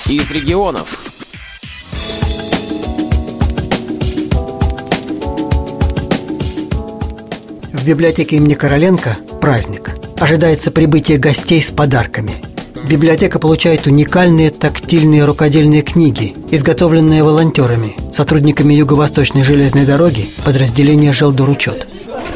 из регионов. В библиотеке имени Короленко праздник. Ожидается прибытие гостей с подарками. Библиотека получает уникальные тактильные рукодельные книги, изготовленные волонтерами, сотрудниками Юго-Восточной железной дороги подразделения «Желдоручет».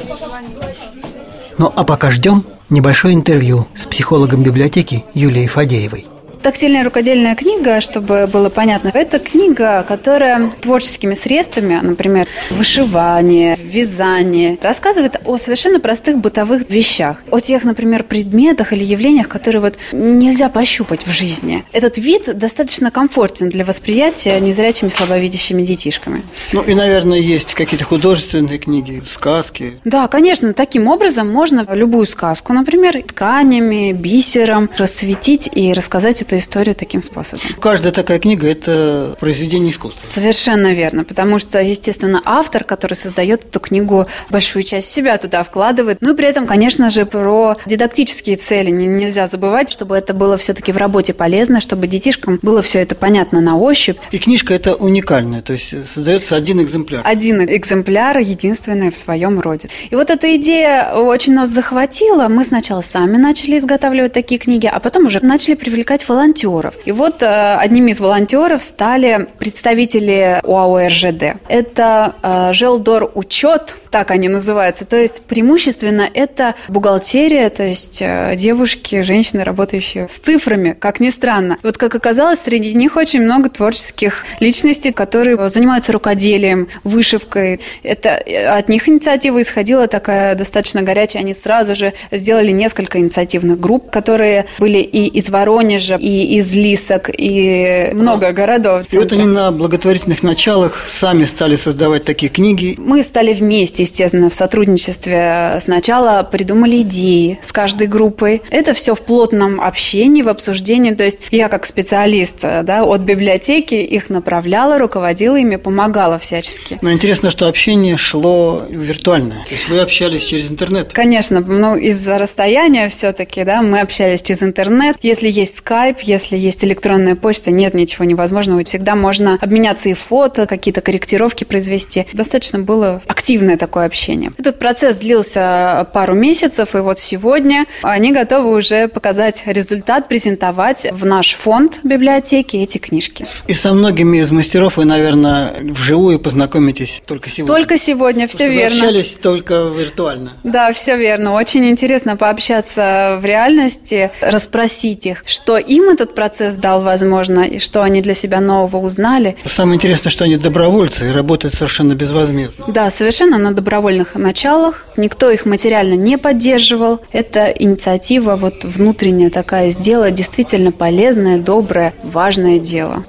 Ну а пока ждем небольшое интервью с психологом библиотеки Юлией Фадеевой. Тактильная рукодельная книга, чтобы было понятно, это книга, которая творческими средствами, например, вышивание, вязание, рассказывает о совершенно простых бытовых вещах, о тех, например, предметах или явлениях, которые вот нельзя пощупать в жизни. Этот вид достаточно комфортен для восприятия незрячими слабовидящими детишками. Ну и, наверное, есть какие-то художественные книги, сказки. Да, конечно, таким образом можно любую сказку, например, тканями, бисером расцветить и рассказать эту историю таким способом. Каждая такая книга – это произведение искусства. Совершенно верно, потому что, естественно, автор, который создает эту книгу, большую часть себя туда вкладывает. Ну и при этом, конечно же, про дидактические цели нельзя забывать, чтобы это было все-таки в работе полезно, чтобы детишкам было все это понятно на ощупь. И книжка эта уникальная, то есть создается один экземпляр. Один экземпляр, единственный в своем роде. И вот эта идея очень нас захватила. Мы сначала сами начали изготавливать такие книги, а потом уже начали привлекать волонтеров. И вот одними из волонтеров стали представители ОАО РЖД. Это Желдоручет, так они называются. То есть преимущественно это бухгалтерия, то есть девушки, женщины, работающие с цифрами, как ни странно. Вот как оказалось, среди них очень много творческих личностей, которые занимаются рукоделием, вышивкой. Это от них инициатива исходила такая достаточно горячая. Они сразу же сделали несколько инициативных групп, которые были и из Воронежа, и из Лисок, и много городов. И вот они на благотворительных началах сами стали создавать такие книги. Мы стали вместе, естественно, в сотрудничестве. Сначала придумали идеи с каждой группой. Это все в плотном общении, в обсуждении. То есть я как специалист, да, от библиотеки их направляла, руководила ими, помогала всячески. Но интересно, что общение шло виртуально. То есть вы общались через интернет? Конечно, из-за расстояния все-таки, да, мы общались через интернет. Если есть скайп, если есть электронная почта, нет ничего невозможного. Всегда можно обменяться и фото, какие-то корректировки произвести. Достаточно было активное такое общение. Этот процесс длился пару месяцев, и вот сегодня они готовы уже показать результат, презентовать в наш фонд библиотеки эти книжки. И со многими из мастеров вы, наверное, вживую познакомитесь только сегодня. Только сегодня, все верно. Вы общались только виртуально. Да, все верно. Очень интересно пообщаться в реальности, расспросить их, что им этот процесс дал, возможно, и что они для себя нового узнали. Самое интересное, что они добровольцы и работают совершенно безвозмездно. Да, совершенно на добровольных началах. Никто их материально не поддерживал. Это инициатива вот внутренняя такая, сделать действительно полезное, доброе, важное дело.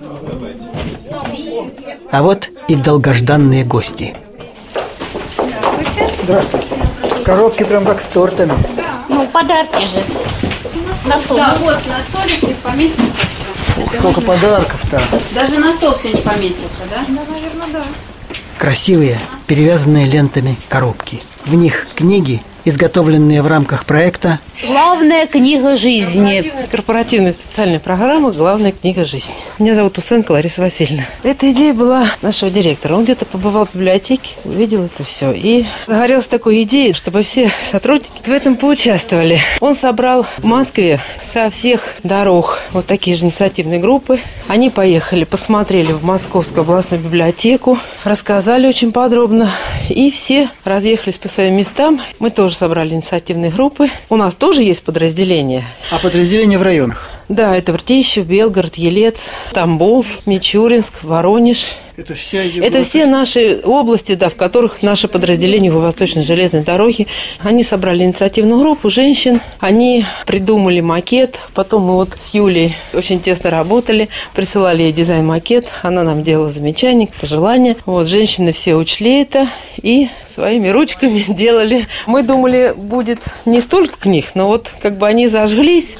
А вот и долгожданные гости. Здравствуйте. Коробки прям как с тортами. Ну, подарки же. На стол. Да, вот на столике поместится все. Сколько подарков-то. Даже на стол все не поместится, да? Да, наверное, да. Красивые, перевязанные лентами коробки. В них книги, изготовленные в рамках проекта Главная книга жизни. Корпоративная социальная программа «Главная книга жизни». Меня зовут Усенко Лариса Васильевна. Эта идея была нашего директора. Он где-то побывал в библиотеке, увидел это все. И загорелся такой идеей, чтобы все сотрудники в этом поучаствовали. Он собрал в Москве со всех дорог вот такие же инициативные группы. Они поехали, посмотрели в Московскую областную библиотеку, рассказали очень подробно. И все разъехались по своим местам. Мы тоже собрали инициативные группы. У нас тоже есть подразделения. А подразделения в районах? Да, это Ртищев, Белгород, Елец, Тамбов, Мичуринск, Воронеж. Это все наши области, да, в которых наше подразделение Юго-Восточной железной дороги. Они собрали инициативную группу женщин, они придумали макет. Потом мы вот с Юлей очень тесно работали, присылали ей дизайн-макет, она нам делала замечания, пожелания. Вот, женщины все учли это и своими ручками делали. Мы думали, будет не столько книг, но вот как бы они зажглись.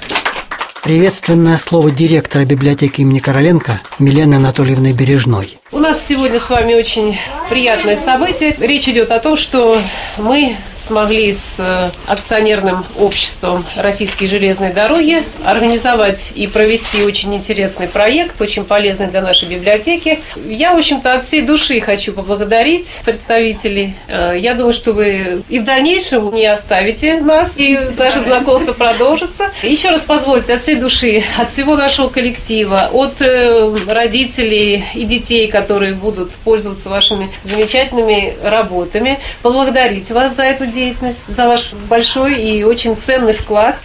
Приветственное слово директора библиотеки имени Короленко Милены Анатольевны Бережной. У нас сегодня с вами очень приятное событие. Речь идет о том, что мы смогли с акционерным обществом «Российские железные дороги» организовать и провести очень интересный проект, очень полезный для нашей библиотеки. Я, в общем-то, от всей души хочу поблагодарить представителей. Я думаю, что вы и в дальнейшем не оставите нас, и наше знакомство продолжится. Еще раз позвольте от всей души, от всего нашего коллектива, от родителей и детей, которые будут пользоваться вашими замечательными работами, поблагодарить вас за эту деятельность, за ваш большой и очень ценный вклад.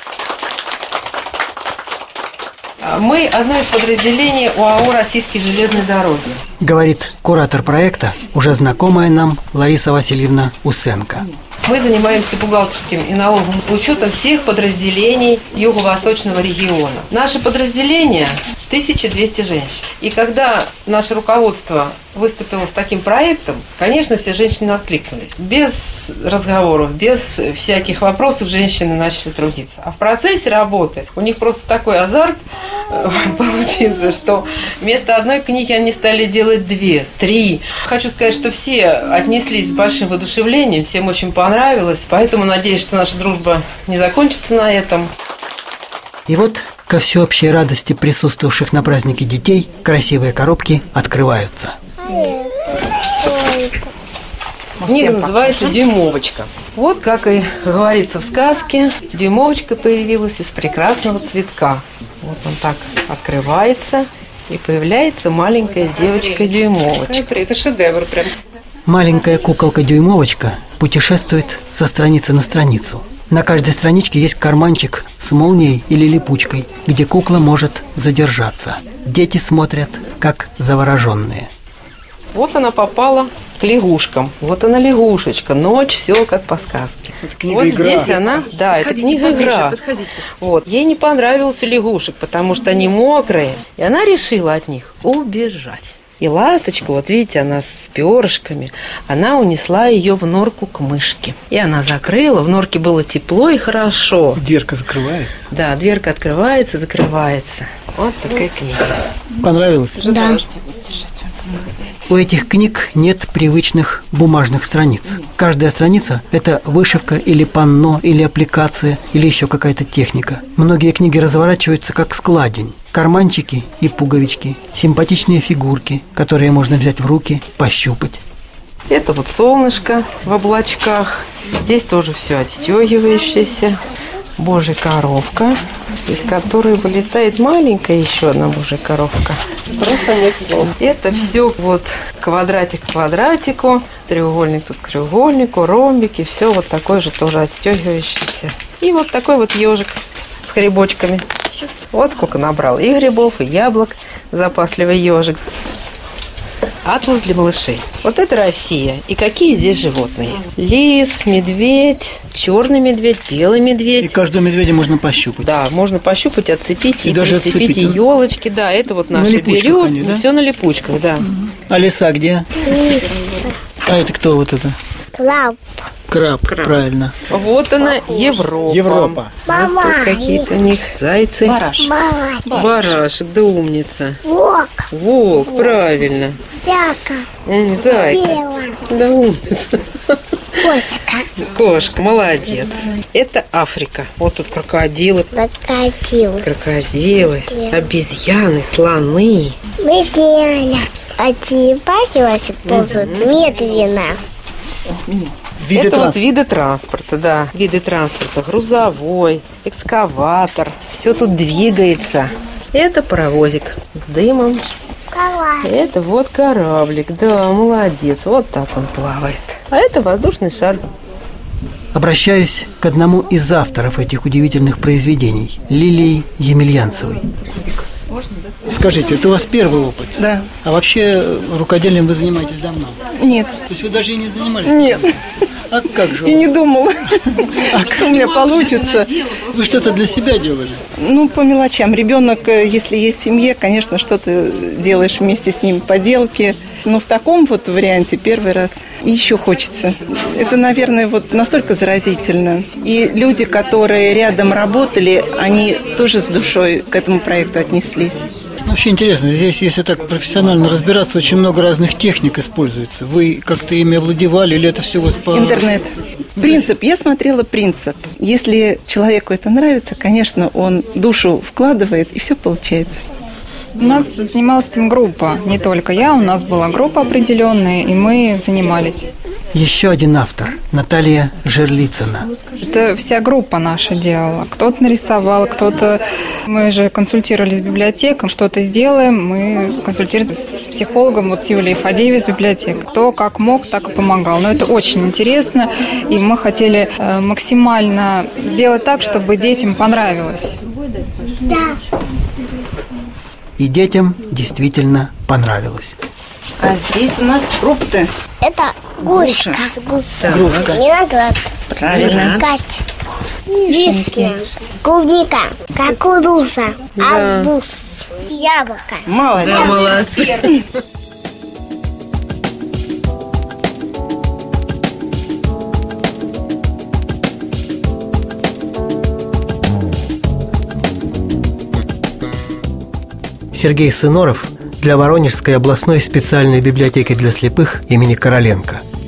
Мы одно из подразделений ОАО «Российские железные дороги», говорит куратор проекта, уже знакомая нам Лариса Васильевна Усенко. Мы занимаемся бухгалтерским и налоговым учетом всех подразделений Юго-Восточного региона. Наше подразделение 1200 женщин. И когда наше руководство выступило с таким проектом, конечно, все женщины откликнулись. Без разговоров, без всяких вопросов женщины начали трудиться. А в процессе работы у них просто такой азарт получился, что вместо одной книги они стали делать 2, 3. Хочу сказать, что все отнеслись с большим воодушевлением, всем очень понравилось, поэтому надеюсь, что наша дружба не закончится на этом. И вот, ко всеобщей радости присутствовавших на празднике детей, красивые коробки открываются. Книга называется «Дюймовочка». Вот как и говорится в сказке, дюймовочка появилась из прекрасного цветка. Вот он так открывается, и появляется маленькая девочка-дюймовочка. Это шедевр прям. Маленькая куколка-дюймовочка путешествует со страницы на страницу. На каждой страничке есть карманчик с молнией или липучкой, где кукла может задержаться. Дети смотрят, как завороженные. Вот она попала к лягушкам. Вот она лягушечка. Ночь, все как по сказке. Вот здесь она. Да, это книга-игра. Вот. Ей не понравился лягушек, потому что они мокрые. И она решила от них убежать. И ласточка, вот видите, она с перышками, она унесла ее в норку к мышке. И она закрыла, в норке было тепло и хорошо. Дверка закрывается. Да, дверка открывается, закрывается. Вот такая книга. Понравилось? Да. У этих книг нет привычных бумажных страниц. Каждая страница – это вышивка или панно, или аппликация, или еще какая-то техника. Многие книги разворачиваются как складень. Карманчики и пуговички, симпатичные фигурки, которые можно взять в руки, пощупать. Это вот солнышко в облачках. Здесь тоже все отстегивающееся. Божья коровка, из которой вылетает маленькая еще одна божья коровка. Просто нет слов. Это все вот квадратик к квадратику, треугольник тут к треугольнику, ромбики, все вот такой же тоже отстегивающийся. И вот такой вот ежик с грибочками. Вот сколько набрал и грибов, и яблок, запасливый ежик. Атлас для малышей. Вот это Россия. И какие здесь животные? Лис, медведь, черный медведь, белый медведь. И каждого медведя можно пощупать. Да, можно пощупать, отцепить и даже прицепить, и елочки. Да, это вот наши березки. Да? Все на липучках, да. А лиса где? А это кто вот это? Краб, правильно. Вот она, Европа. Европа. Вот тут какие-то у них зайцы. Барашек, да умница. Волк, правильно. Зайка. Да умница. Кошка, молодец. Это Африка. Вот тут крокодилы. Крокодилы, обезьяны, слоны. А черепахи ползут медленно. Вот виды транспорта, да. Виды транспорта. Грузовой, экскаватор. Все тут двигается. Это паровозик с дымом. Это вот кораблик. Да, молодец. Вот так он плавает. А это воздушный шар. Обращаюсь к одному из авторов этих удивительных произведений – Лилии Емельянцевой. Скажите, это у вас первый опыт? Да. А вообще рукоделием вы занимаетесь давно? Нет. То есть вы даже и не занимались? Нет. А как же? И не думала, что у меня получится. Вы что-то для себя делали? Ну, по мелочам. Ребенок, если есть в семье, конечно, что-то делаешь вместе с ним, поделки. Но в таком вот варианте первый раз. И еще хочется. Это, наверное, вот настолько заразительно. И люди, которые рядом работали, они тоже с душой к этому проекту отнеслись. Вообще интересно, здесь, если так профессионально разбираться, очень много разных техник используется. Вы как-то ими овладевали или это все у вас по... Интернет. Принцип. Я смотрела принцип. Если человеку это нравится, конечно, он душу вкладывает, и все получается. У нас занималась этим группа, не только я, у нас была группа определенная, и мы занимались. Еще один автор – Наталья Жерлицына. Это вся группа наша делала. Кто-то нарисовал, кто-то... Мы же консультировались с библиотекой, что-то сделаем, мы консультировались с психологом, вот с Юлией Фадеевой с библиотекой. Кто как мог, так и помогал. Но это очень интересно, и мы хотели максимально сделать так, чтобы детям понравилось. Да. И детям действительно понравилось. А здесь у нас фрукты. Это груша. Грушка. Виноград. Правильно. Кать. Вишня. Клубника. Кукуруза. Арбуз. Яблоко. Молодец. Сергей Сыноров для Воронежской областной специальной библиотеки для слепых имени Короленко.